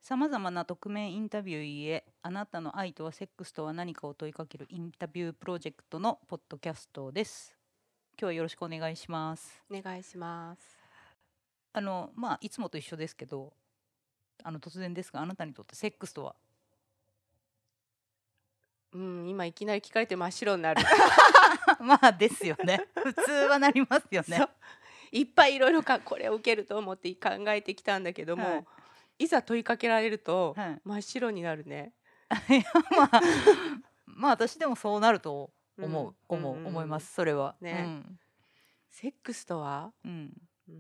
さまざまな匿名インタビューへあなたの愛とはセックスとは何かを問いかけるインタビュープロジェクトのポッドキャストです。今日はよろしくお願いします。 お願いします。 いつもと一緒ですけど、突然ですが、あなたにとってセックスとは？ 今いきなり聞かれて真っ白になる。 まあですよね。普通はなりますよね。 そう、いっぱいいろいろこれを受けると思って考えてきたんだけども、 はい。 いざ問いかけられるとはい。 真っ白になるね。 いや、まあ私でもそうなると思います。それは。うね。 ん。 セックスとは、 うん。 うん、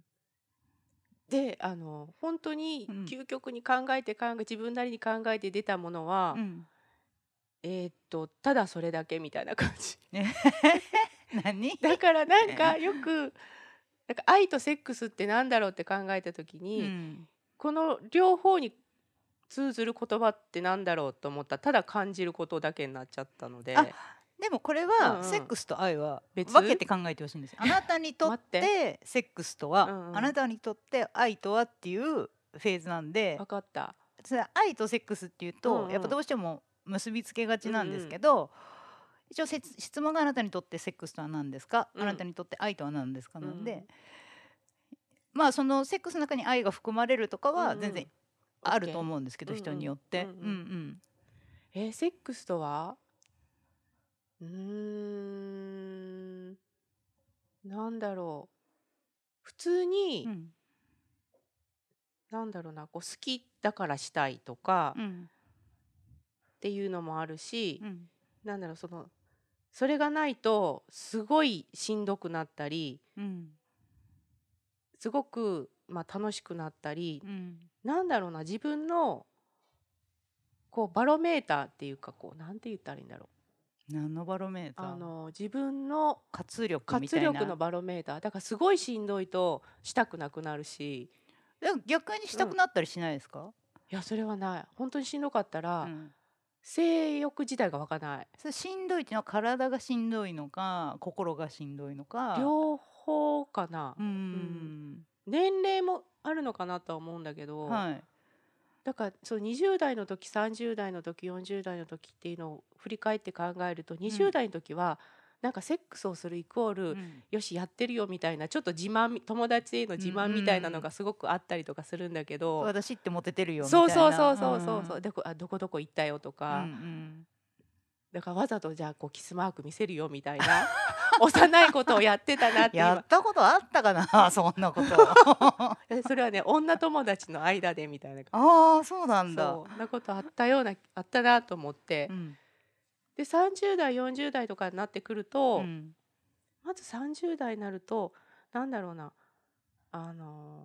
で本当にうん。 究極に自分なりに考えて出たものは、 うん。 ただそれだけみたいな感じ。 ね何？ だからなんかよくなんか愛とセックスってなんだろうって考えた時に、 うん。 この両方に通ずる言葉ってなんだろうと思ったら、ただ感じることだけになっちゃったのあ、 で。 でもこれうんうん。 はセックスと愛は分け別？ て考えてほしいんです。あなたにとっ待って。 てセックスとうは、あんうん。 なたにとって愛とはっていうフェーズなんで、 分かった。 それ愛とセックスっていううとやっぱんうん。 どうしても結びつけがちうんなんですうん。 けど、一応質問があなたにとってセックスとは何ですか、あなたうん。 にとって愛とは何ですかなんで、 うん。 そのセックスの中に愛が含まれるとかうんは全然うん。オッあるとケー。 思うんですけど、人にうんうん。 よって。うんううんうん。 ん。 セックスとは？うーん、なんだろう。普通に、 うんなんだろうな、こう好きだからしたいとかうんっていうのもあるし、 うんなんだろう、それがないとすごいしんどくなったり、 うんすごく、楽しくなったり、 うんなんだろうな、自分のこうバロメーターっていうか、こうなんて言ったらいいんだろ何のバロメーう。 ター？ 自分の活力み活たいな。 力のバロメーターだから、すごいしんどいとしたくなくなるし。 でも逆にしたくうん。 なったりしないですか？ いや、それはない。本当にしんどかったら、 うん。 性欲自体が湧かない。 それしんどいっていうのは体がしんどいのか心がしんどいのか。 両方かな。 うーうん。 ん。 年齢もあるのかなとは思うんだけど、 はい。 だからそう20代の時、30代の時、40代の時っていうのを振り返って考えると、20 うん代の時はなんかセックスをするイコール、 うんよしやってるよみたいな、ちょっと友達へのうんう自慢みたいなのん。 がすごくあったりとかするんだけど。 私ってモテてるよみそうたいな。 そうそううそうそうそう、 んどこどこ行ったよとうんうか、 ん。 だからわざとじゃあこうキスマーク見せるよみたいな幼いことをやってたなって今。 やったことあったかなそんなこと。 それはね、女友達の間でみたいな。 ああ、そうなんだ。 そんなことあったなと思って。 うんで30代40代とかになってくると、 うんまず30代になると、なんだろうな、あの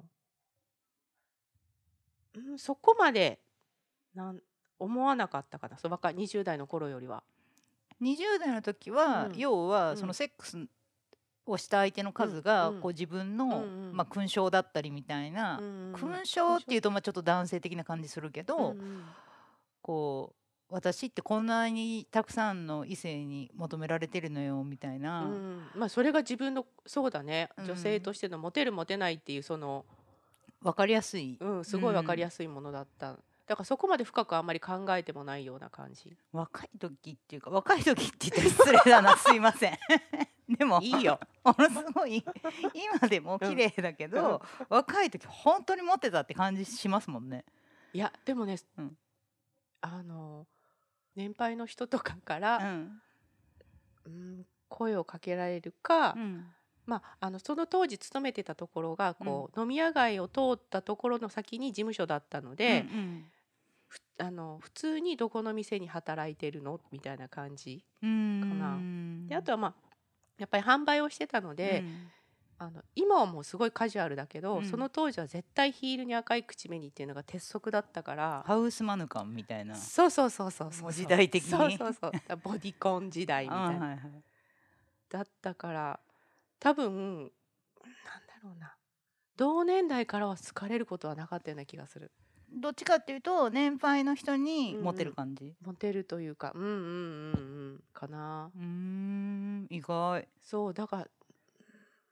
そこまでなん思わなかったかな、若い20代の頃よりは。 20代の時はうん要はそのうんセックスをした相手のうん数がうんこう自分うんうの、 ん勲章だったりみたいな。 うんうんうん勲章っていうとちょっと男性的な感じするけうんうど、 んこう私ってこんなにたくさんの異性に求められてるのよみたいな。 それが自分の、そうだね、 うん、 女性としてのモテるモテないっていう分かりやすい、 すごい分かりうん、 やすいものだった。だからそこまで深くあんまり考えてもないような感じ。 若い時っていうか若い時って言ったら失礼だなすいませんでもいいよ。 ものすごい今でもうん綺麗だけうんど若い時本当にモテたって感じしますもんね。 いやでもね、 うんあの年配の人とかから、 うん声をかけられるか、 うんその当時勤めてたところがうん飲み屋街を通ったところの先に事務所だったのうんうで、 ん普通にどこの店に働いてるのみたいな感じうーかな。であんとはやっぱり販売をしてたので、 うん今はもうすごいカジュアルだけど、そうんの当時は絶対ヒールに赤い口紅っていうのが鉄則だったから。 ハウスマヌカンみたいな。 そうそうそうそうそうそうもう時代的にそうそうそうボディコン時代みたいなあーはいはい。 だったから、多分なんだろうな、同年代からは好かれることはなかったような気がする。 どっちかっていうと年配の人にモテるうんうん、 感じ。 モテるというか、かな。 意外。 そうだから、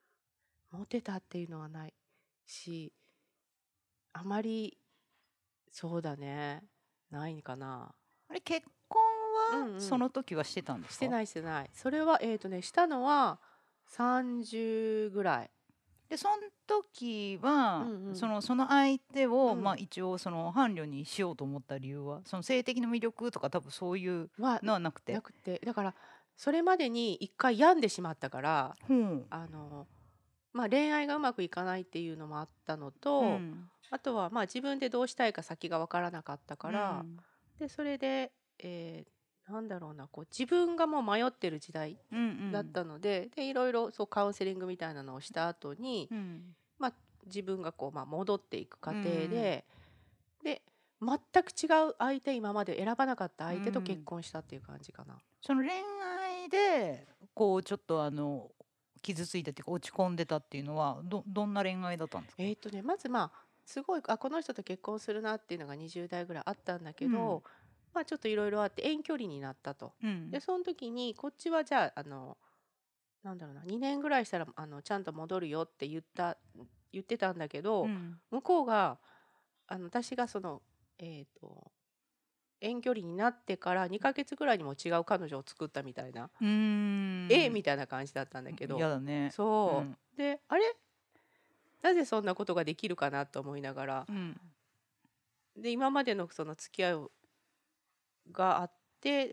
モテたっていうのはないし、あまりそうだね。ないかな。 あれ結婚はそうんうん。 の時はしてたんですか？ してないしてない。それはしたのは30ぐらい。 で、その時うんはうんその相手を、まあ、 うん。 一応その伴侶にしようと思った理由は、その性的な魅力とか多分そういうはのはなくて。 なくて、だからそれまでに一回病んでしまったから、 ほう。 恋愛がうまくいかないっていうのもあったのと、 うん。 あとは自分でどうしたいか先が分からなかったうから、 ん。 でそれで、なんだろうな、こう自分がもう迷ってる時代うんうん。 だったので、いろいろそうカウンセリングみたいなのをした後に、 うん。 まあ、自分がこう、戻っていく過う程ん。 で全く違う相手、今まで選ばなかったう相手と結ん。 婚したっていう感じかな。 その恋愛でこうちょっと傷ついたっていうか落ち込んでたっていうのはどんな恋愛だったんですか？ まずすごいこの人と結婚するなっていうのが20代ぐらいあったんだけうん。 ど、ちょっといろいろあって遠距離になったと。でうん。 その時にこっちはじゃあなんだろうな、2年ぐらいしたらちゃんと戻るよって言ってたんだけど、 うん。 向こうが私がそのえっと遠距離になってから2ヶ月ぐらいにも違う彼女を作ったみたいな、 うーん。 みたいな感じだったんだけど、 嫌だね。うそん。 うで、なぜそんなことができるかなと思いながら、 うん。 で今までのその付き合いがあって、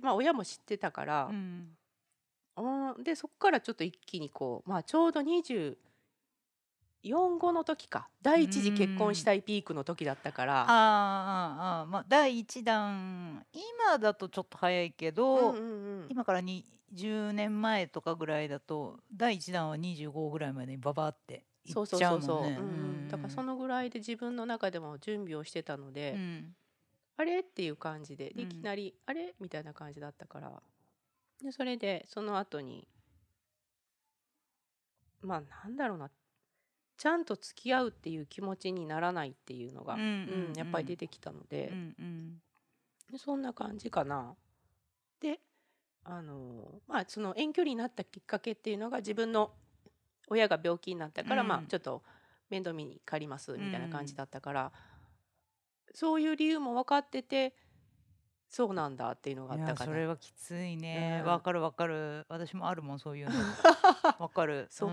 親も知ってたから、 うん。 でそこからちょっと一気にこう、ちょうど24後の時か、 うー第一次結婚しん。 たいピークの時だったかあら。 あ、ああ、まあ、第一弾、今だとちょっと早いけど、 うんうんうん。 今から20年前とかぐらいだと、第一弾は25ぐらいまでにババっていっそうそうちゃそうそう。 うもんね。ううんうん。だからそん。 のぐらいで自分の中でも準備をしてたので、 うん。 あれっていう感じで、いきうん。 なり、あれみたいな感じだったから。で、それで、その後に、なんだろうな、ちゃんと付き合うっていう気持ちにならないっていうのが、 うんうんやっぱり出てきたのうん。うで、 んうん。 そんな感じかな。で、その遠距離になったきっかけっていうのが、自分の親が病気になったから、 うん。 ちょっと面倒見に借りますうみたいな感じん。 だったから、そういう理由も分かってて、そうなんだっていうのがあいや、 ったかな。 それはきついね。わうん。 かるわかる。私もあるもん、そういうの。わかる。うんそう。 うん。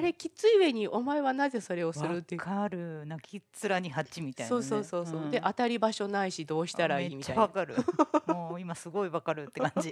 あれきつい上にお前はなぜそれをするわっていう。 かる。泣きっ面に蜂みたいそうそうなね。 そうそう。で、 うん。 当たり場所ないしどうしたらめっちいいみたいな。 ゃわかる。もう今すごいわかるって感じ。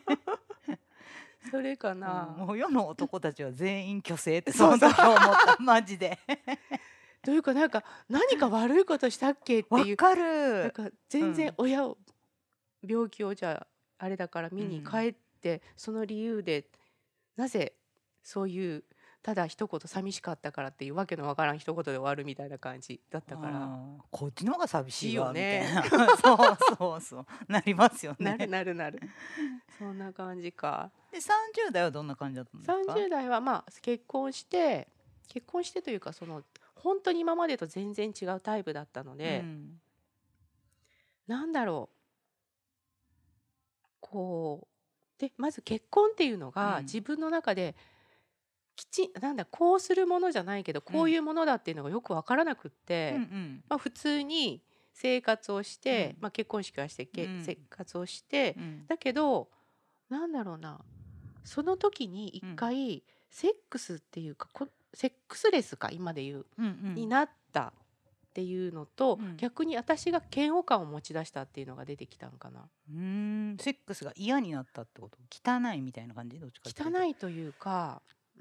それかうん、 な。 もう世の男たちは全員虚勢ってそそうそう。 の時思ったマジで。 というか何か悪いことしたっけっていう、 わかる。 全然うん。 親を病気をじゃああれだから見にうん。 帰って、その理由でなぜそういうただ一言寂しかったからっていうわけのわからん一言で終わるみたいな感じだったから。 ああ、こっちの方が寂ししいよいわみたいね。 な。そうそうそう。なりますよね。 なるなるなる。そんな感じか。 で、30代はどんな感じだったんですか？ 30代は結婚してというか、本当に今までと全然違うタイプだったのうで、 ん。 なんだろう、こでまず結婚っていうのうん。 が自分の中でこうするものじゃないけど、こううん。 いうものだっていうのがよく分からなくっうんうて、 ん。 普通に生活をして、 うん。 結婚式はして生うん活をして、 うん。 だけどなんだろうな、その時に一うん。 回セックスっていうか、セックスレスか今で言ううんうん。 になったっていうのと、 うん。 逆に私が嫌悪感を持ち出したっていうのが出てきたのかな。 セックスが嫌になったってこと？汚いみたいな感じ？どっちかっていうと。 汚いというか、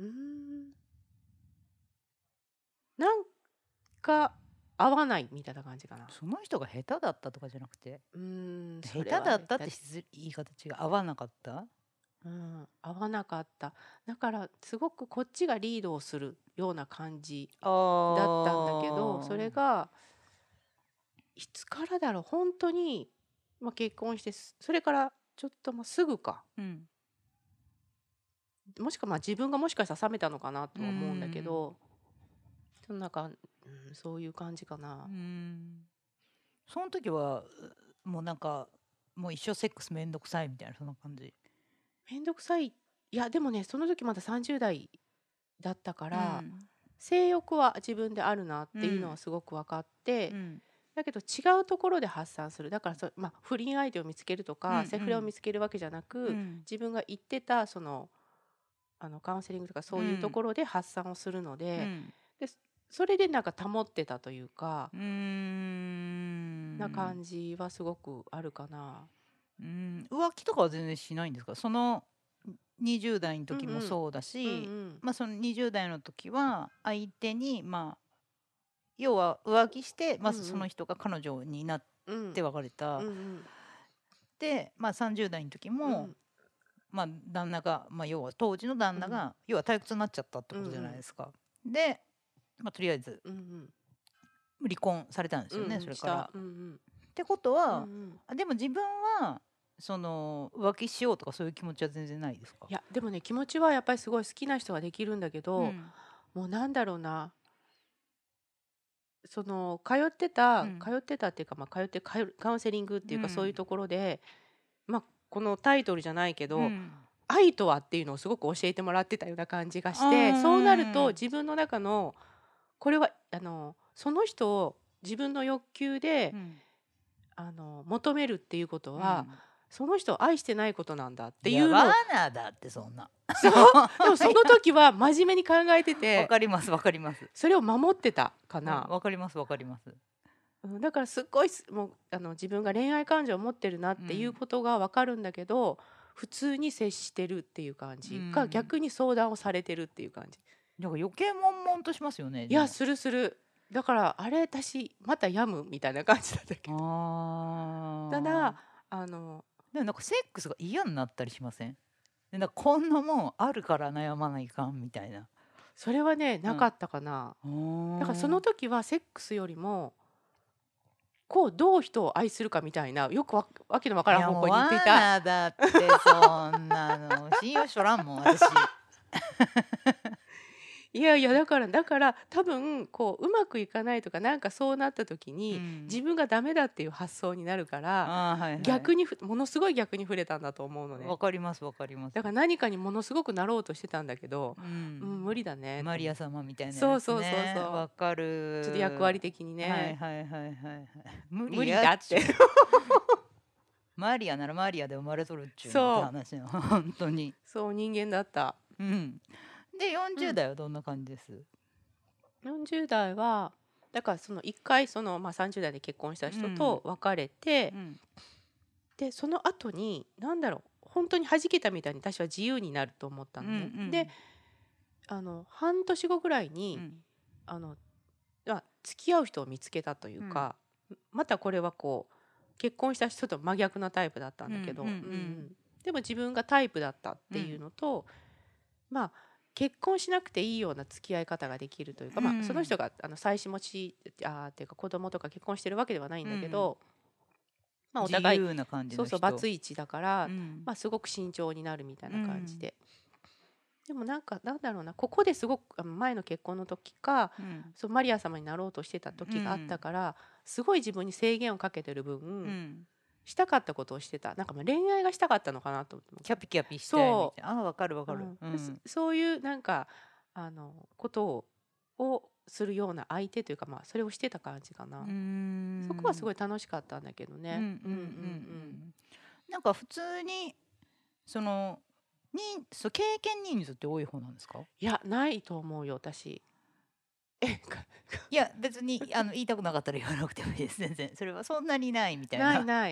なんか合わないみたいな感じかな。 その人が下手だったとかじゃなくて、下手それはね、 だったって言い方違う。合わなかった？ 合わなかった。だからすごくこっちがリードをするような感じあだったんだけど、それあ。 がいつからだろう、本当に、結婚してそれからちょっとすぐか、 うん。 もしくは自分がもしかしたら冷めたのかなうーとは思うんだけん。 ど、そういう感じかな。 その時は、もうなんか、もう一生セックスめんどくさいみたいな、そんな感じ。 めんどくさい。いやでもね、その時まだ30代だったから、 うん。 性欲は自分であるなっていうのはうん。 すごく分かって、 うん。 だけど違うところで発散する。だから不倫相手を見つけるとか、セフレを見つけるわけじゃなく、自分が言ってたそのカウンセリングとかそういうところで発散をするので、でそれでなんか保ってたというか、な感じはすごくあるかな。 浮気とかは全然しないんですか？その20代の時もそうだし、その20代の時は相手に要は浮気してまずその人が彼女になって別れた。で、30代の時も、旦那が、要は当時の旦那が、要は退屈になっちゃったってことじゃないですか。で、とりあえず離婚されたんですよね、それから。ってことは、でも自分はその浮気しようとかそういう気持ちは全然ないですか？ いやでもね、気持ちはやっぱりすごい好きな人ができるんだけど、もうなんだろうな、その通ってたっていうか、通ってカウンセリングっていうか、そういうところで、このタイトルじゃないけど、愛とはっていうのをすごく教えてもらってたような感じがして、そうなると自分の中のこれはその人を自分の欲求で、求めるっていうことは、その人を愛してないことなんだっていうのを。 やばなだってそんな。 そうでもその時は真面目に考えててわかりますわかります。 それを守ってたかな。 わかりますわかります。 だからすっごいもう自分が恋愛感情を持ってるなっていうことが分かるんだけど、普通に接してるっていう感じが、逆に相談をされてるっていう感じ。 なんか余計悶々としますよね。 いやするする。だからあれ私また病むみたいな感じだったけど。ただでもなんかセックスが嫌になったりしません？でなんかこんなもんあるから悩まないかんみたいな。 それはねなかったかな。だからその時はセックスよりもどう人を愛するかみたいな、よくわけのわからん方向に行ってた。 罠だってそんなの信用しとらんもん私。 いやいやだから多分うまくいかないとかなんかそうなった時に、自分がダメだっていう発想になるから、逆にものすごい逆に触れたんだと思うのね。 わかりますわかります。 だから何かにものすごくなろうとしてたんだけど、無理だね。 マリア様みたいなやつね。 そうそうそうそう。 わかる。 ちょっと役割的にね。 はいはいはいはい。 無理だって。 マリアならマリアで生まれとるっちゅうのって話の本当に。 そう人間だった。 で40代はどんな感じです？ 40代はだからその1回30代で結婚した人と別れて、でその後に何だろう、本当に弾けたみたいに私は自由になると思ったのね。で半年後ぐらいに、付き合う人を見つけたというか、またこれは結婚した人と真逆なタイプだったんだけど、でも自分がタイプだったっていうのと、結婚しなくていいような付き合い方ができるというか、その人が妻子持ちっていうか子供とか結婚してるわけではないんだけど、お互い自由な感じの人。 そうバツイチだから、すごく慎重になるみたいな感じで。でもなんだろうな、ここですごく前の結婚の時か、そうマリア様になろうとしてた時があったから、すごい自分に制限をかけてる分、したかったことをしてた。なんか恋愛がしたかったのかなと思って。 キャピキャピしてみたいな。わかるわかる。 そういうなんかことをするような相手というか、それをしてた感じかな。そこはすごい楽しかったんだけどね。 なんか普通に経験人数って多い方なんですか？ いやないと思うよ私。 いや別に言いたくなかったら言わなくてもいいです全然。それはそんなにないみたいな。 ない。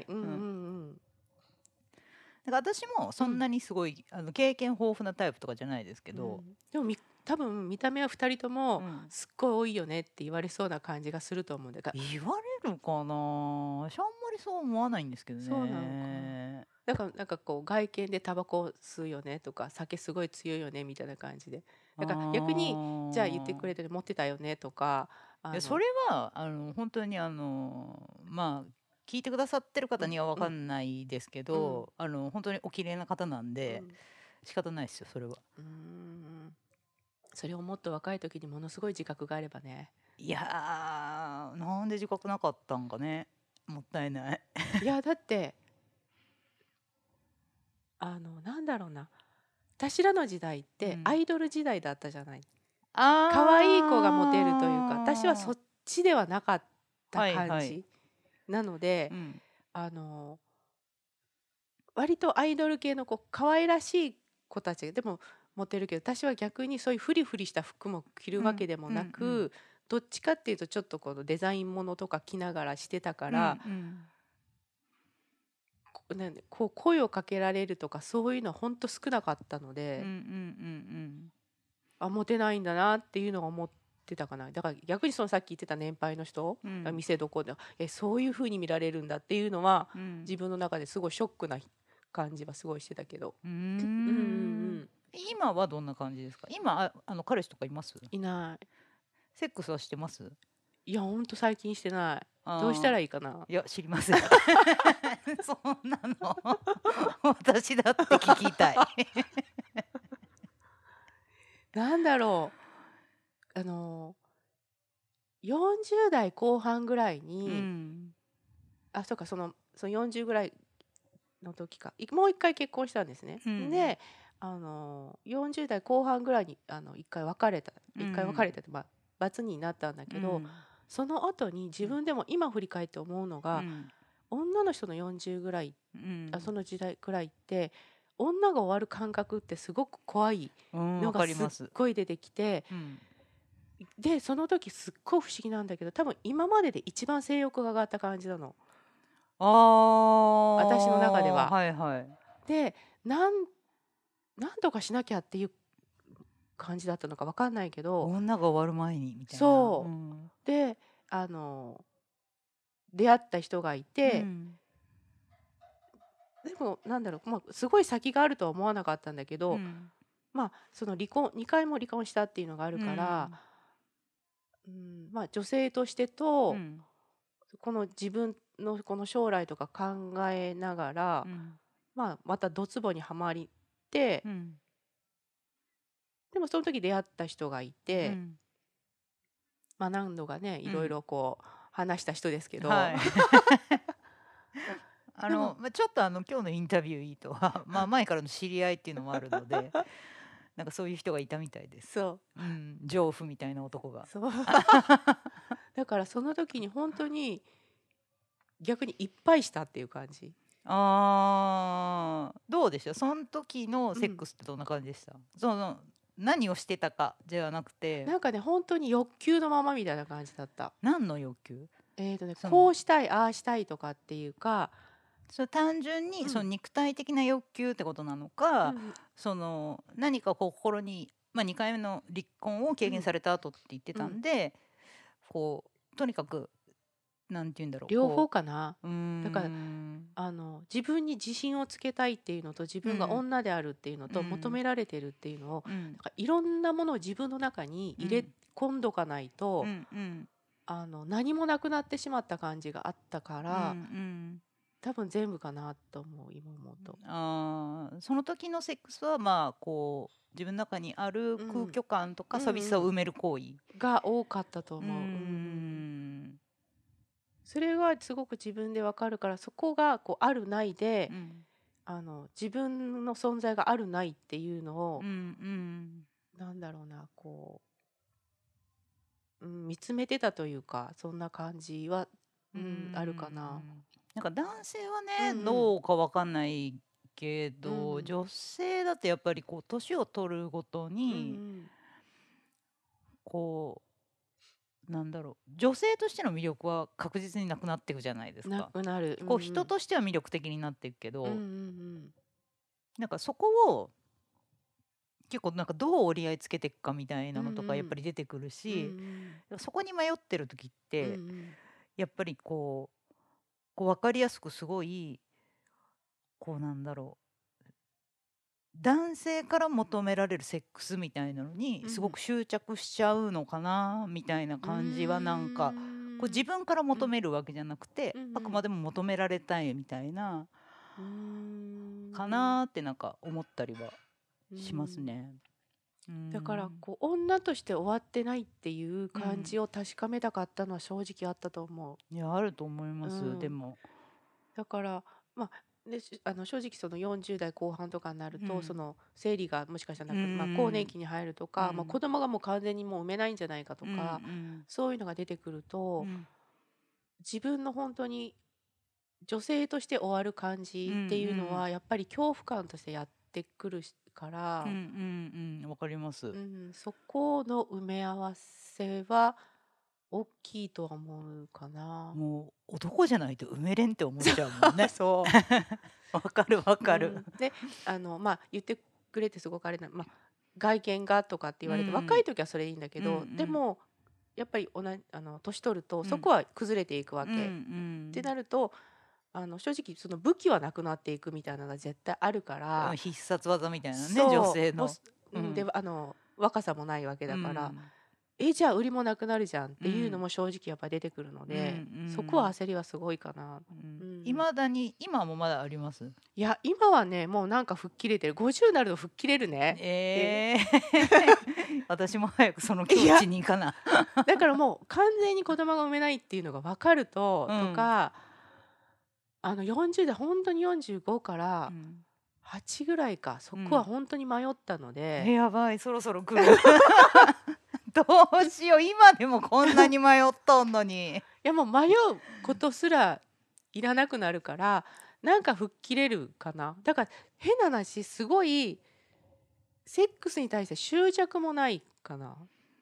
だから私もそんなにすごい経験豊富なタイプとかじゃないですけど、 でも多分見た目は2人ともすっごい多いよねって言われそうな感じがすると思うんだから。 言われるかな。私あんまりそう思わないんですけどね。 そうなのか。だからなんか外見でタバコ吸うよねとか酒すごい強いよねみたいな感じで、だから逆にじゃあ言ってくれて持ってたよねとか。 それは本当に聞いてくださってる方には分かんないですけど、本当にお綺麗な方なんで、仕方ないですよそれは。 それをもっと若い時にものすごい自覚があればね。 いやなんで自覚なかったんかね。もったいない。 いやだってなんだろうな、私らの時代ってアイドル時代だったじゃない。可愛い子がモテるというか、私はそっちではなかった感じ。 なのでうん。 あの割とアイドル系の可愛らしい子たちでもモテるけど、私は逆にそういうフリフリした服も着るわけでもなく、どっちかっていうとちょっとこのデザインものとか着ながらしてたかうんら、 うん。 なんでこう声をかけられるとかそういうのは本当少なかったのうんうんうで、 んあ、モテないんだなっていうのが思ってたかな。だから逆にそのさっき言ってた年配の人、 うん。 店どこでそういう風に見られるんだっていうのは、 うん。 自分の中ですごいショックな感じはすごいしてたけど。 うーうんうんうん。 ん。 今はどんな感じですか？今、彼氏とかいます？ いない。 セックスはしてます？ いや、ほんと最近してない。どうしたああ、 らいいかな。 いや、知りません。そんなの私だって聞きたい。 なんだろう。40代後半ぐらいうに、 ん。 そうか、その40ぐらいの時か、もう一回結婚したんですね。 うん。 で、40代後半ぐらいに一回別れた。一回別うん。 れたって、まあ、罰になったんだけど、 うん。 その後に自分でも今振り返って思うのが、 うん。 女の人の40ぐらい、 うん。 その時代くらいって女が終わる感覚ってすごく怖いうん、わのがすっかります。 ごい出てきて、 うん。 でその時すっごい不思議なんだけど、多分今までで一番性欲が上がった感じなの、 あ私の中であ、 は。 はいはい。 でなんとかしなきゃっていう感じだったのか分かんないけど、 女が終わる前にみたいな。うそん。 うであの出会った人がいて、 うん。 でもなんだろう、まあ、すごい先があるとは思わなかったんだけど、 うん。 まあその2回も離婚したっていうのがあるうから、 ん。 まあ、女性としてと、 うん。 この自分のこの将来とか考えながら、 うん。 まあ、またドツボにはまりて、 うん。 でもその時出会った人がいて、 うん。 まあ、何度かねいろいうん。 ろこう話した人ですけど、 はい。 でもちょっと今日のインタビューいいとは、まあ前からの知り合いっていうのもあるので、なんかそういう人がいたみたいです。 そううん、情婦みたいな男が。 そうだからその時に本当に逆にいっぱいしたっていう感じ。 ああ、どうでした？その時のセッうん、 クスってどんな感じでした？何をしてたかではなくて、 なんかね本当に欲求のままみたいな感じだった。 何の欲求？その、 こうしたいああしたいとかっていうか、 単純にそのうん肉体的な欲求ってことなのか、 うん何かこう心に、まあ、2回目の離婚を経験うんされた後って言ってうん、 たんで、こうとにかくなんて言うんだろう、 両方かな。 う、 だから自分に自信をつけたいっていうのと、自分がうん女であるっていうのと、求うんめられてるっていうのを、 うんなんかいろんなものを自分の中に入れうん込んどかないうと、 んうん何もなくなってしまった感じがあったかうんうら、 ん。 多分全部かなと思う、今思うと。 その時のセックスはまあこう自分の中にある空うん虚感とかうんうん、 寂しさを埋める行為。 が多かったとうー思う。 んそれがすごく自分でわかるから、そこがこうあるないで、 うん自分の存在があるないっていうのを、 うんうんなんだろうな、見つめてたというか、そんな感じは、 うーあるかな。 なんか男性はうんねうんどうかわかんないけど、 うん女性だとやっぱりこう年を取るごとうんうにんこなんだろう、女性としての魅力は確実になくなっていくじゃないですなか。 くなる。うんうこう人んとしては魅力的になっていくけうんうど、 んなんかそこを結構なんかどう折り合いつけていくかみたいうんうなのとかやっぱんり出てくるうんうし、 んそこに迷ってる時っうんうてんやっぱりこう分かりやすくすごいこうなんだろう、男性から求められるセックスみたいなのにすごうんく執着しちゃうのかなみたいなうー感じはなんか、こう自ん分から求うんめるわけじゃなくてうんあくまでも求められたいみたいなかうんなってなんか思ったりはうしますん、 ね。うだからん。 女として終わってないっていう感うんじを確かめたかったのは正直あったと思いやあると思いう。うます。でん、 もだからまあ正直その40代後半とかになると、そうんの生理がもしかしたらうなく、まあ、更年ん期に入るとか、まあ、 うん子供がもう完全にもう産めないんじゃないかとうんうか、 んそういうのが出てくると、 うん自分の本当に女性として終わる感じっていうのはやっぱり恐怖感としてやってくるから、 わかります。 そこの埋め合わせは大きいとは思うかな。 もう男じゃないと埋めれんって思っちゃうもんね。 そう。 わかるわかる。 で、言ってくれてすごくあれな、外見がとかって言われて、若い時はそれいいんだけど、でもやっぱり年取るとそこは崩れていくわけ。ってなると正直その武器はなくなっていくみたいなのが絶対あるから、 必殺技みたいなね、女性の。 で若さもないわけだから、じゃあ売りもなくなるじゃんっていうのも正直やっぱ出てくるので、そこは焦りはすごいかな。 未だに今もまだあります？ いや今はねもうなんか吹っ切れてる。50になると吹っ切れるね。 私も早くその境地に行かな。 だからもう完全に子供が産めないっていうのが分かると、とか40代本当に45から8ぐらいか、そこは本当に迷ったので、 やばいそろそろ来る。どうしよう、今でもこんなに迷っとんのに。 いやもう迷うことすらいらなくなるからなんか吹っ切れるかな。だから変な話すごいセックスに対して執着もないかな。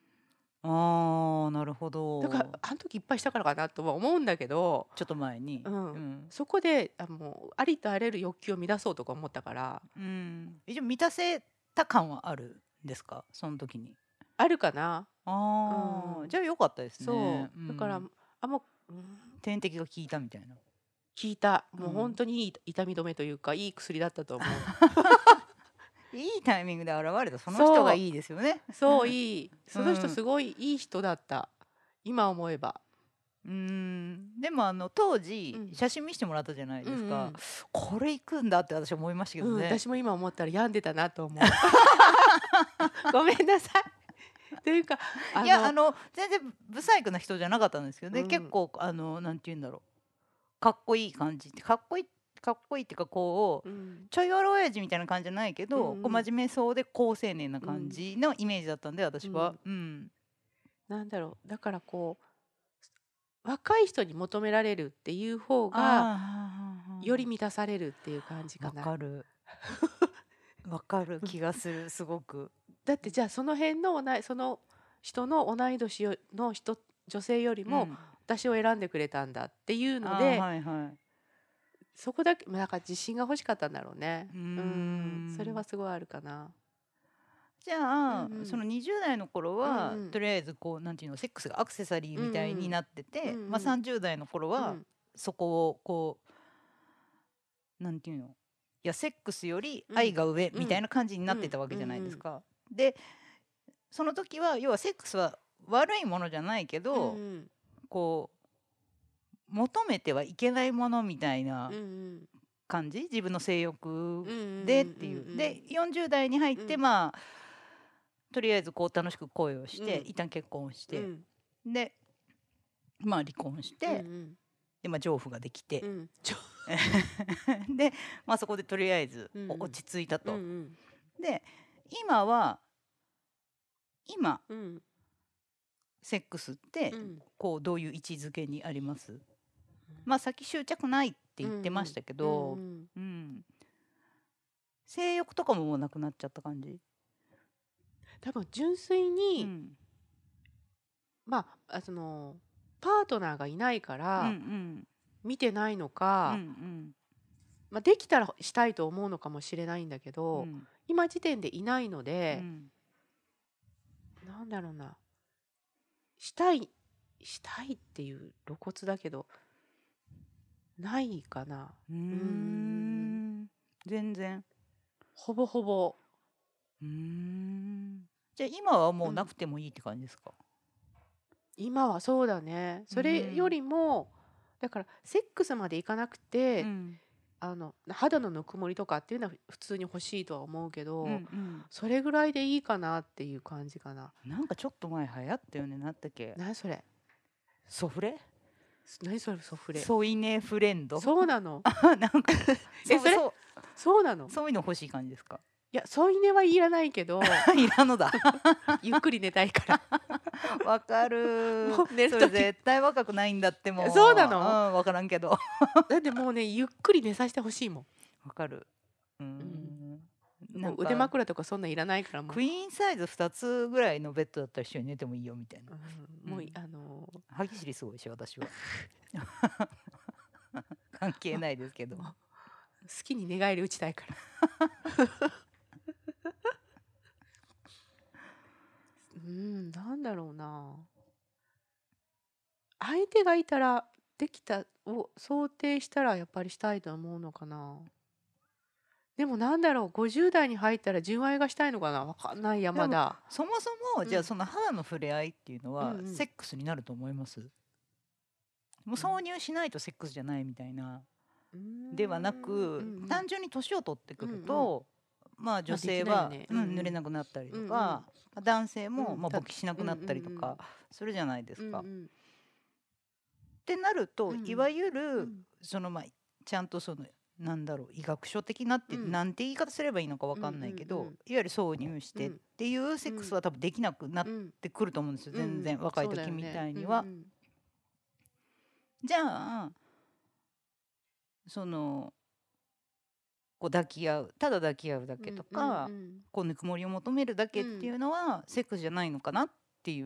なるほど。 だからあの時いっぱいしたからかなとは思うんだけど、 ちょっと前に、 そこでもうありとあらゆる欲求を満たそうとか思ったから、 一応満たせた感はあるんですか、その時に？ あるかな。 じゃあよかったですね。 そうだからもう点滴が効いたみたいな。 効いた。もう本当にいい痛み止めというかいい薬だったと思う。 いいタイミングで現れたその人がいいですよね。 そういい。その人すごいいい人だった。今思えば。 でも当時写真見せてもらったじゃないですか。これ行くんだって私思いましたけどね。 私も今思ったら病んでたなと思う。ごめんなさい。というかいや全然ブサイクな人じゃなかったんですけどね、結構なんて言うんだろう、かっこいい感じって、かっこいいっていうかこう、ちょい悪親父みたいな感じじゃないけど、こう真面目そうで好青年な感じのイメージだったんで私は。 なんだろう、だからこう若い人に求められるっていう方がより満たされるっていう感じかな。 わかるわかる気がする、すごく。 だってじゃあその辺のその人の同い年の女性よりも私を選んでくれたんだっていうので、そこだけなんか自信が欲しかったんだろうね。それはすごいあるかな。 じゃあ、その20代の頃は、とりあえずこうなんていうの、セックスがアクセサリーみたいになってて、30代の頃は、そこをこうなんていうの、いやセックスより愛が上みたいな感じになってたわけじゃないですか。でその時は要はセックスは悪いものじゃないけど、こう求めてはいけないものみたいな感じ、自分の性欲でっていう。で40代に入って、とりあえずこう楽しく恋をして、一旦結婚して、で離婚して、で丈夫ができて、でそこでとりあえず落ち着いたと。で今、セックスってこうどういう位置づけにあります？さっき執着ないって言ってましたけど、性欲とかももうなくなっちゃった感じ？ 多分純粋に、そのパートナーがいないから見てないのか、できたらしたいと思うのかもしれないんだけど、今時点でいないので、なんだろうな、したいっていう露骨だけどないかな。 全然ほぼほぼ。 じゃあ今はもうなくてもいいって感じですか？ 今はそうだね。それよりもだからセックスまでいかなくて、肌のぬくもりとかっていうのは普通に欲しいとは思うけど、それぐらいでいいかなっていう感じかな。 なんかちょっと前流行ったよね。なんだっけ？ 何それ？ ソフレ？ 何それソフレ？ 添い寝フレンド？ そうなの？ なんかそうなの？ そういうの欲しい感じですか？ いや添い寝はいらないけどいらんのだ。 ゆっくり寝たいからわかる。 もう寝るそれ時絶対若くないんだってもう。 そうなの？ わからんけど。 だってもうねゆっくり寝させてほしいもん。 わかる。なん腕か枕とかそんなんいらないからもうクイーンサイズ2つぐらいのベッドだったら一緒に寝てもいいよみたいな。 もう歯ぎしりすごいし私は。関係ないですけど。 好きに寝返り打ちたいからなんだろうな。相手がいたらできたを想定したらやっぱりしたいと思うのかな。でもなんだろう50代に入ったら純愛がしたいのかな。わかんないやまだ。 そもそもじゃあその肌の触れ合いっていうのはセックスになると思います？もう挿入しないとセックスじゃないみたいなではなく、単純に年を取ってくると、まあ女性は濡れなくなったりとか、男性もまあ勃起しなくなったりとかするじゃないですか。ってなると、いわゆるそのまあちゃんとそのなんだろう医学書的なってなんて言い方すればいいのかわかんないけど、いわゆる挿入してっていうセックスは多分できなくなってくると思うんですよ、全然若い時みたいには。じゃあそのこう抱き合うただ抱き合うだけとか、こうぬくもりを求めるだけっていうのはセックスじゃないのかなっていう。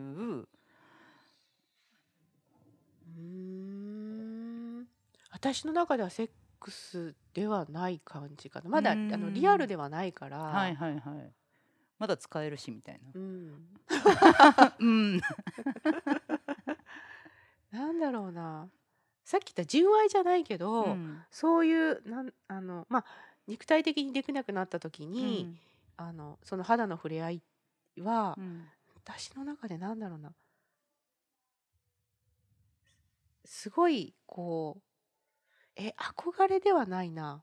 私の中ではセックスではない感じかな。まだリアルではないから。 はいはいはい。まだ使えるしみたいな。 なんだろうな。さっき言った純愛じゃないけど、そういうまあ肉体的にできなくなった時に、その肌の触れ合いは、私の中でなんだろうな。すごいこう憧れではないな。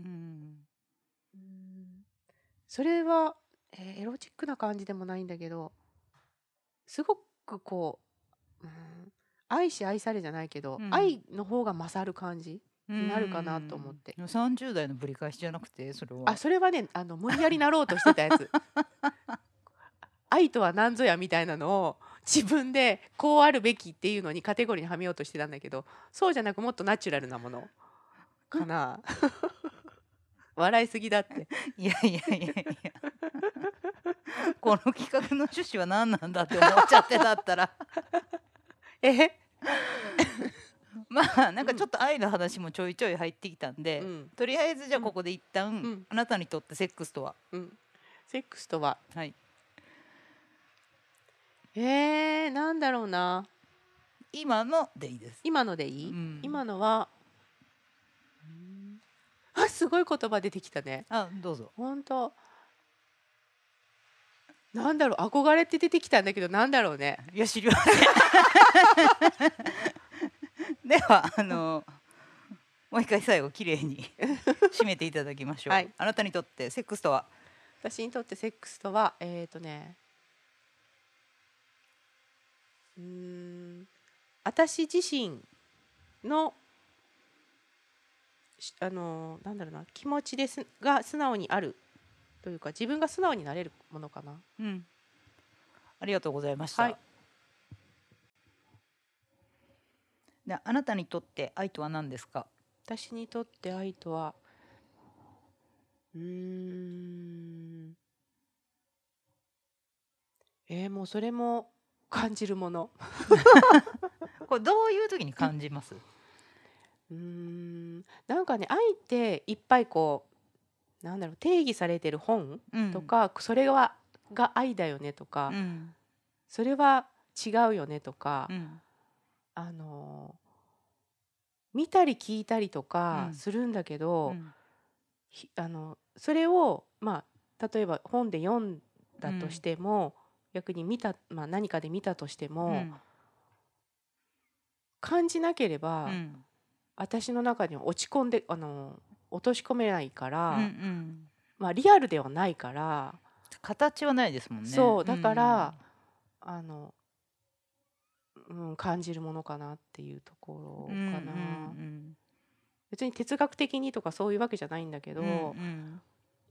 それは、エロチックな感じでもないんだけど、すごくこう、愛し愛されじゃないけど、愛の方が勝る感じになるかなと思って。 30代のぶり返しじゃなくてそれは。 それはね無理やりなろうとしてたやつ。愛とは何ぞやみたいなのを自分でこうあるべきっていうのにカテゴリーにはめようとしてたんだけど、そうじゃなくもっとナチュラルなものかな。笑いすぎだって。 いやいやいやいや。この企画の趣旨は何なんだって思っちゃってだったらまあなんかちょっと愛の話もちょいちょい入ってきたんで、とりあえずじゃあここで一旦、あなたにとってセックスとは、 セックスとは、 はい、 なんだろうな。 今のでいいです。 今のでいい？今のはすごい言葉出てきたね。 どうぞ。 本当。なんだろう憧れって出てきたんだけどなんだろうね。 いや知りません。ではもう一回最後きれいに締めていただきましょう。あなたにとってセックスとは？ 私にとってセックスとは私自身のなんだろうな気持ちが素直にあるというか自分が素直になれるものかな。 ありがとうございました。であなたにとって愛とは何ですか？ 私にとって愛とはもうそれも感じるもの。 これどういう時に感じます？ なんかね愛っていっぱいこうなんだろう定義されてる本とか、それが愛だよねとか、それは違うよねとか、見たり聞いたりとかするんだけど、それをまあ例えば本で読んだとしても、逆に見た、何かで見たとしても、感じなければ、私の中には落ち込んで落とし込めないから、リアルではないから形はないですもんね。 そうだから、感じるものかなっていうところかな。別に哲学的にとかそういうわけじゃないんだけど、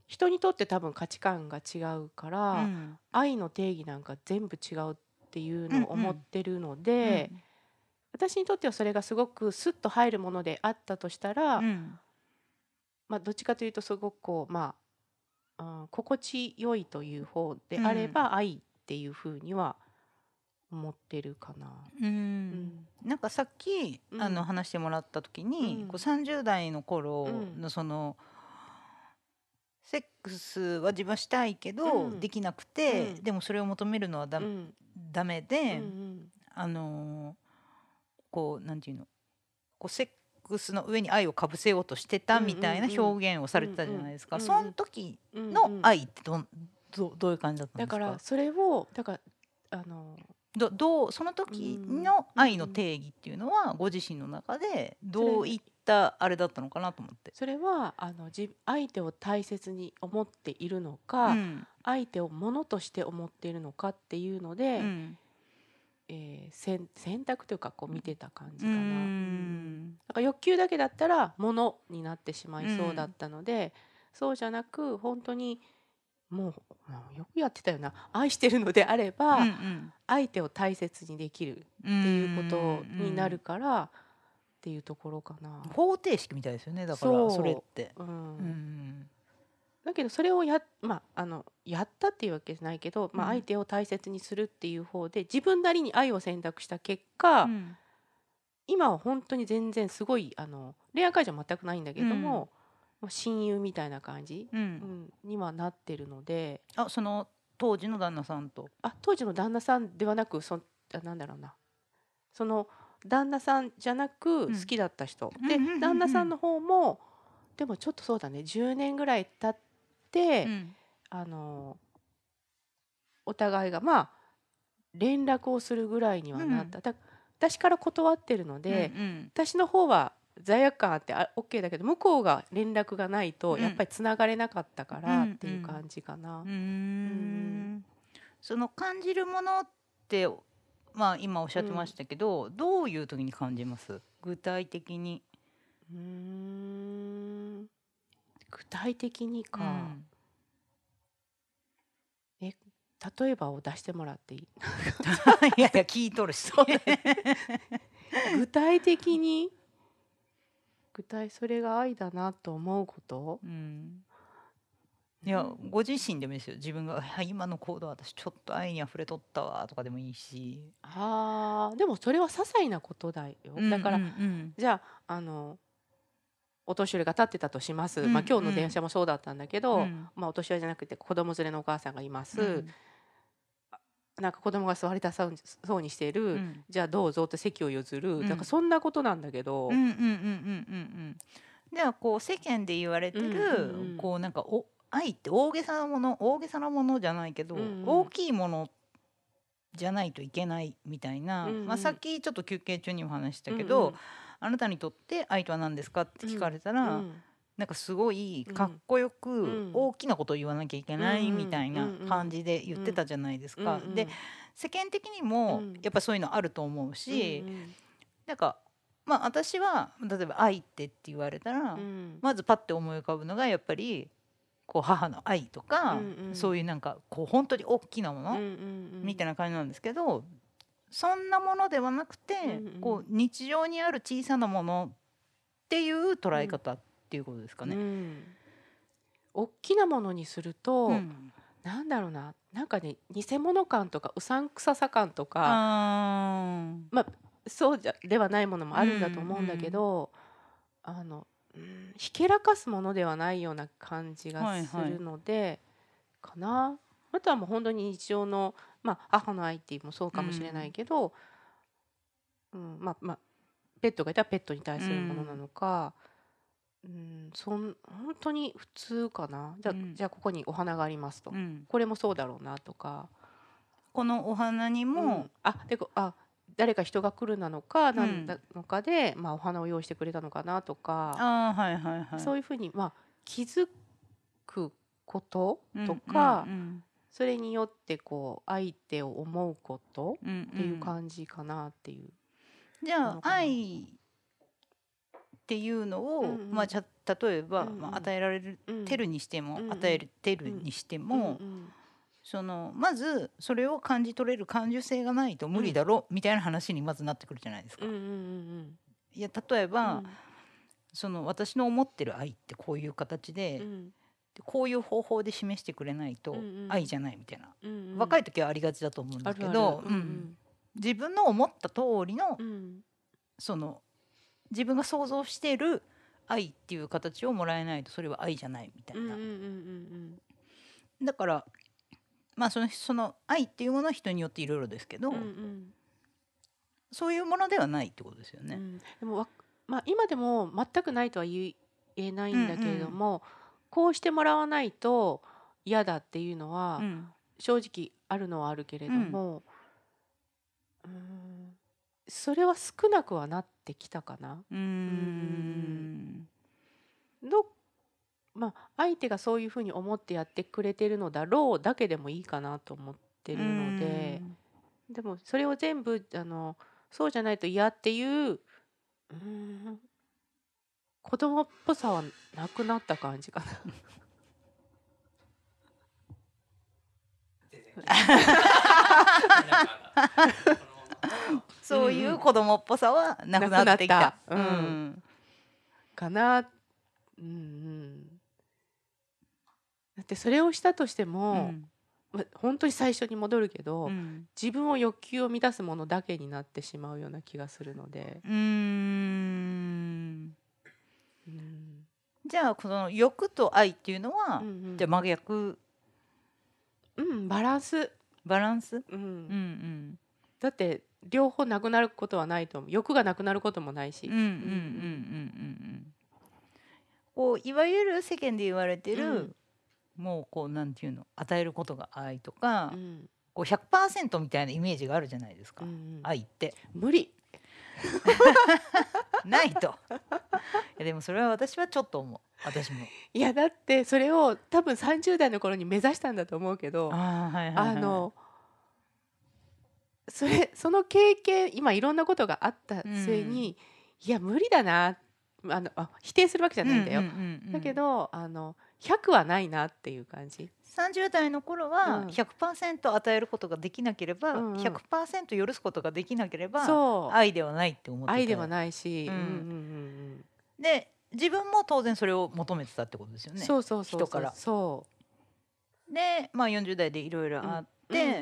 人にとって多分価値観が違うかうら、 ん愛の定義なんか全部違うっていううんのを思ってるのうで、 ん私にとってはそれがすごくスッと入るものであったとしたら、 うんどっちかというとすごくこう心地よいという方であれうんば愛っていうふうには思ってるかな。 ううんんなんかさっきうん話してもらった時うにこうん 30代の頃うんのそのセックスは自分はしたいけうんどできなくうんてでもそれを求めるのはうんダメうんうでんあのこうなんていうのこうセックスの上に愛をかぶせようとしてたみたいな表現をされてたじゃないですか。その時の愛ってどういう感じだったんだですか？ からそれをだからそのう時んの愛のうんうん定義っていうのはご自身の中でそれどういったあれだったのかなと思って。 それは相手を大切に思っているのか、 うん相手をものとして思っているのかっていうので、 うん選択というかこう見てた感うじかな。 んだから欲求だけだったらものになってしまういそうだっんたので、そうじゃなく本当にもうよくやってたよな、愛してるのであれうんうばん相手を大切にできるうっていうことになるんからっていうところかな。 方程式みたいですよねだからそれって。うんだけどそれをやったっていうわけじゃないけど、相手を大切にするっていう方で自分なりに愛を選択した結果、 うん今は本当に全然すごい恋愛感情は全くないんだけども、 うんもう親友みたいな感じ、 うんにはなってるので、 その当時の旦那さんと。 当時の旦那さんではなくなんだろうな、その旦那さんじゃなく好きだった人、で旦那さんの方もでもちょっとそうだね、10年ぐらい経って、あのお互いが連絡をするぐらいにはなった。私から断ってるので、私の方は罪悪感あってOK だけど、向こうが連絡がないとやっぱりつながれなかったからっていう感じかな。 その感じるものって今おっしゃってましたけど、どういう時に感じます？具体的に。 具体的にか。例えばを出してもらっていい？ いやいや聞いとるし。 具体的にそれが愛だなと思うこと、 いやご自身でもいいですよ。自分が今の行動私ちょっと愛にあふれとったわとかでもいいし。 でもそれは些細なことだよ。だから、じゃあお年寄りが立ってたとします。今日の電車もそうだったんだけど、お年寄りじゃなくて子供連れのお母さんがいます。なんか子供が座りたそうにしている、じゃあどうぞって席を譲る、だからそんなことなんだけど、 ではこう世間で言われてる、こうなんか愛って大げさなものじゃないけど、大きいものじゃないといけないみたいな、さっきちょっと休憩中にも話したけど、あなたにとって愛とは何ですかって聞かれたら、なんかすごいかっこよく大きなことを言わなきゃいけないみたいな感じで言ってたじゃないですか。で世間的にもやっぱそういうのあると思うし、なんか私は例えば愛って言われたら、まずパッて思い浮かぶのがやっぱりこう母の愛とか、そういうなんかこう本当に大きなものみたいな感じなんですけど、そんなものではなくて、こう日常にある小さなものっていう捉え方っていうことですかね。 大きなものにすると、なんだろうな、なんかね、偽物感とかうさんくささ感とか、そうではないものもあるんだと思うんだけど、ひけらかすものではないような感じがするので、かな。あとはもう本当に日常の、母の愛っていうもそうかもしれないけど、ペットがいたらペットに対するものなのか、本当に普通かな。じゃあここにお花がありますと、これもそうだろうなとか、 このお花にも、 誰か人が来るなのか何なのかで、お花を用意してくれたのかなとか、そういうふうに気づくこととか、それによってこう相手を思うことっていう感じかなっていう。 じゃあ愛っていうのを、まあ、例えば、まあ、与えられてるにしても、与えてるにしても、そのまずそれを感じ取れる感受性がないと無理だろ、みたいな話にまずなってくるじゃないですか。いや例えば、その私の思ってる愛ってこういう形で、こういう方法で示してくれないと愛じゃないみたいな、若い時はありがちだと思うんですけど、自分の思った通りの、その自分が想像している愛っていう形をもらえないとそれは愛じゃないみたいな。だからまあその愛っていうものは人によっていろいろですけど、そういうものではないってことですよね。 でもまあ、今でも全くないとは言えないんだけれども、こうしてもらわないと嫌だっていうのは正直あるのはあるけれども、それは少なくはなってきたかな。まあ、相手がそういうふうに思ってやってくれてるのだろうだけでもいいかなと思ってるので、でもそれを全部そうじゃないと嫌っていう子供っぽさはなくなった感じかな。 そういう子供っぽさはなくなってきた。 かな。だってそれをしたとしても、本当に最初に戻るけど、自分を欲求を満たすものだけになってしまうような気がするので。 じゃあこの欲と愛っていうのは、じゃあ真逆。 バランス。だって両方なくなることはないと思う。欲がなくなることもないし。 こういわゆる世間で言われてる、もうこうなんていうの、与えることが愛とか、こう 100% みたいなイメージがあるじゃないですか、愛って無理ないと。いやでもそれは私はちょっと思う。私もいやだってそれを多分30代の頃に目指したんだと思うけど、その経験、今いろんなことがあった末に、いや無理だな、否定するわけじゃないんだよ。だけど100はないなっていう感じ。 30代の頃は 100% 与えることができなければ、100% 許すことができなければ愛ではないって思ってた。 愛ではないし、 で自分も当然それを求めてたってことですよね。人から。でまあ40代でいろいろあって、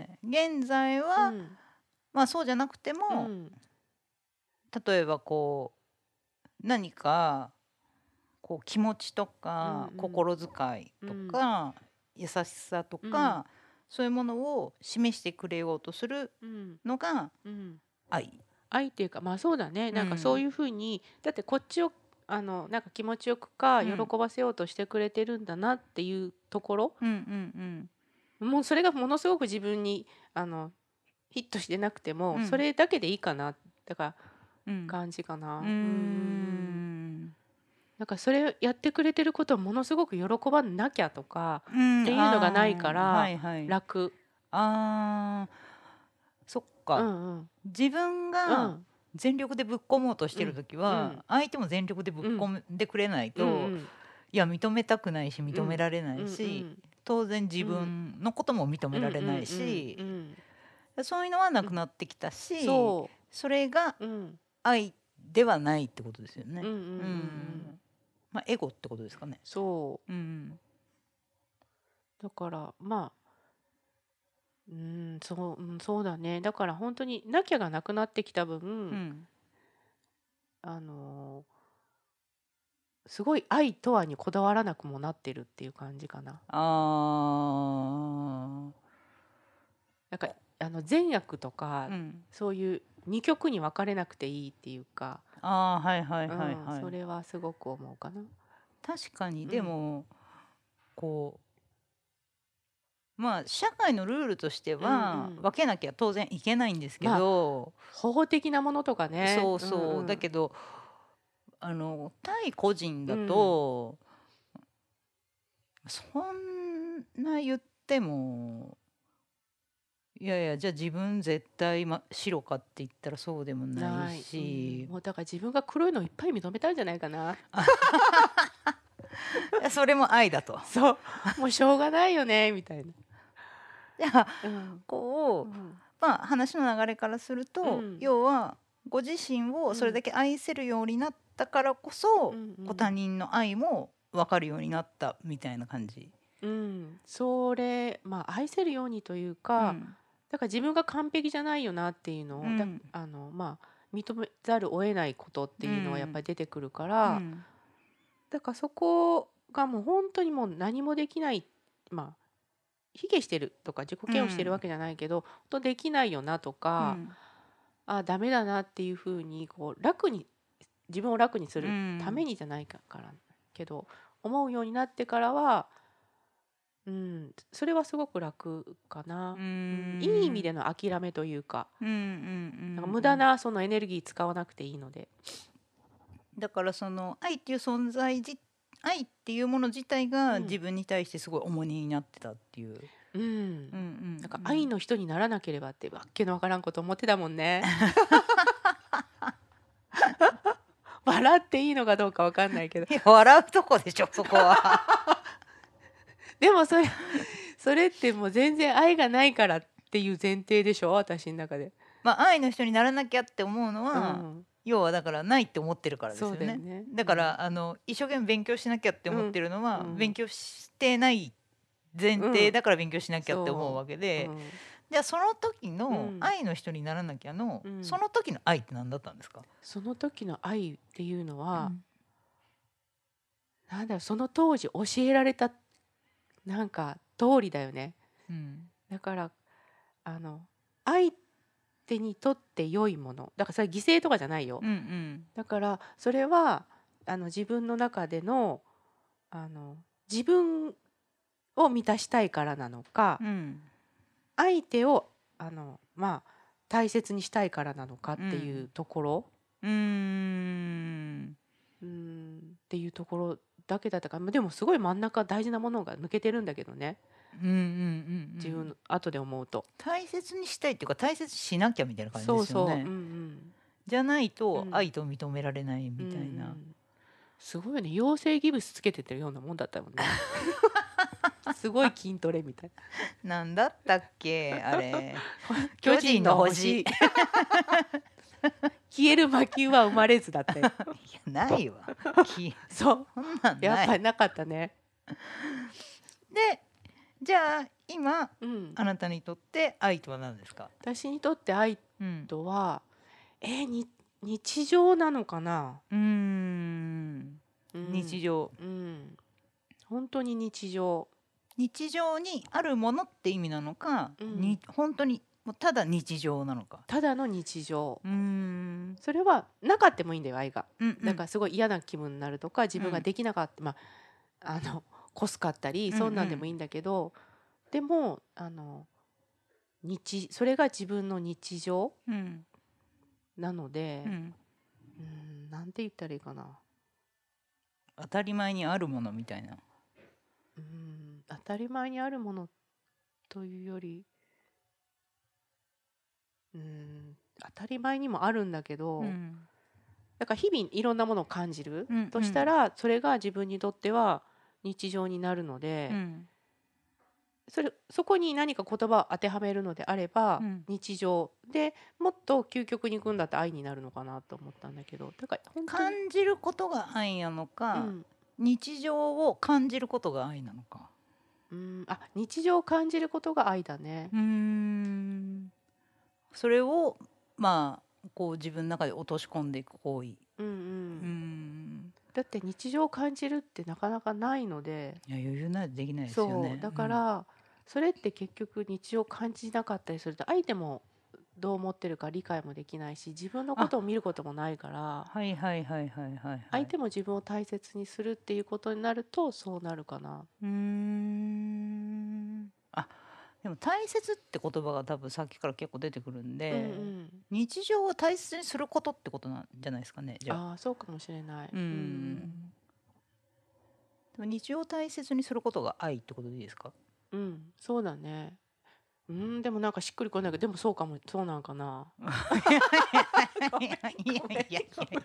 現在は、まあそうじゃなくても、例えばこう何かこう気持ちとか心遣いとか優しさとか、そういうものを示してくれようとするのが愛。 愛っていうか、まあそうだね、なんかそういうふうに、だってこっちをなんか気持ちよくか喜ばせようとしてくれてるんだなっていうところ、もうそれがものすごく自分にヒットしてなくても、それだけでいいかな、だから感じかな。なんかそれやってくれてることをものすごく喜ばなきゃとかっていうのがないから楽。 そっか、自分が全力でぶっ込もうとしてる時は、相手も全力でぶっ込んでくれないと、いや認めたくないし認められないし、当然自分のことも認められないし、そういうのはなくなってきたし、それが愛ではないってことですよね。まあエゴってことですかね。 そう、だからまあそうだね。だから本当になきゃがなくなってきた分、すごい愛とはにこだわらなくもなってるっていう感じかな。なんか善悪とか、そういう二極に分かれなくていいっていうか、それはすごく思うかな。 確かに、でもこうまあ社会のルールとしては分けなきゃ当然いけないんですけど、 法的なものとかね。 だけど対個人だと、そんな言ってもいやいや、じゃあ自分絶対、白かって言ったらそうでもないし、 もうだから自分が黒いのいっぱい認めたんじゃないかな。 それも愛だと。 そうもうしょうがないよねみたいな。 じゃあこう、話の流れからすると、要はご自身をそれだけ愛せるようになったからこそ、他人の愛も分かるようになったみたいな感じ。 それ愛せるようにというか、だから自分が完璧じゃないよなっていうのを、認めざるを得ないことっていうのはやっぱり出てくるから、だからそこがもう本当にもう何もできない、卑下してるとか自己嫌悪してるわけじゃないけど、本当できないよなとか、ダメだなっていうふうにこう自分を楽にするためにじゃないからけど思うようになってからは、それはすごく楽かな。いい意味での諦めというか、なんか無駄なそのエネルギー使わなくていいので。 だからその愛っていう存在愛っていうもの自体が自分に対してすごい重荷になってたっていう。 なんか愛の人にならなければってわけのわからんこと思ってたもんね。笑っていいのかどうかわかんないけど。 笑うとこでしょそこは。 でもそれってもう全然愛がないからっていう前提でしょ、私の中で。 愛の人にならなきゃって思うのは、要はだからないって思ってるからですよね。だから一生懸命勉強しなきゃって思ってるのは、勉強してない前提だから勉強しなきゃって思うわけで、じゃあその時の愛の人にならなきゃの、その時の愛って何だったんですか？ その時の愛っていうのは、なんだろう、その当時教えられたなんか通りだよね。だから愛手にとって良いものだからそれ犠牲とかじゃないよ。だからそれは自分の中での自分を満たしたいからなのか、相手を大切にしたいからなのかっていうところ、っていうところだけだったから、でもすごい真ん中大事なものが抜けてるんだけどね。自分の後で思うと大切にしたいっていうか大切にしなきゃみたいな感じですよね。じゃないと愛と認められないみたいな。 すごいよね、養成ギブスつけててるようなもんだったもんね。すごい筋トレみたいな。なんだったっけあれ。巨人の星。 消える魔球は生まれずだったよ。 いやないわ。 そうやっぱりなかったね。 でじゃあ今、あなたにとって愛とは何ですか？ 私にとって愛とは、日常なのかな。 日常。 本当に日常。 日常にあるものって意味なのか、本当にもうただ日常なのか。 ただの日常。それはなかってもいいんだよ、愛が。だからすごい嫌な気分になるとか、自分ができなかった、こすかったり、そんなんでもいいんだけど、でもそれが自分の日常なので、なんて言ったらいいかな。 当たり前にあるものみたいな。 当たり前にあるものというより、当たり前にもあるんだけど、だから日々いろんなものを感じるとしたら、それが自分にとっては日常になるので、そこに何か言葉を当てはめるのであれば、日常でもっと究極に行くんだって愛になるのかなと思ったんだけど、だから本当に感じることが愛なのか、日常を感じることが愛なのか。 日常を感じることが愛だね。 それをこう自分の中で落とし込んでいく行為。 だって日常を感じるってなかなかないので。 いや余裕ないとできないですよね。 だから、それって結局日常を感じなかったりすると、相手もどう思ってるか理解もできないし、自分のことを見ることもないから、相手も自分を大切にするっていうことになるとそうなるかな。 でも大切って言葉が多分さっきから結構出てくるんで、日常を大切にすることってことなんじゃないですかね。じゃあそうかもしれない。でも日常を大切にすることが愛ってことでいいですか？ そうだね。 でもなんかしっくりこないけど、でもそうかも、そうなんかな。 いやいやいやいや。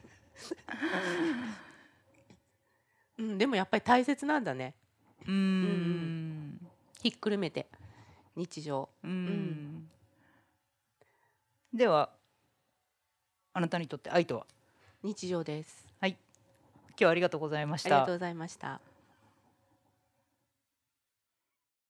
でもやっぱり大切なんだね。 うん。 ひっくるめて日常。 ではあなたにとって愛とは？ 日常です。 はい。今日はありがとうございましありがとた。 うございました。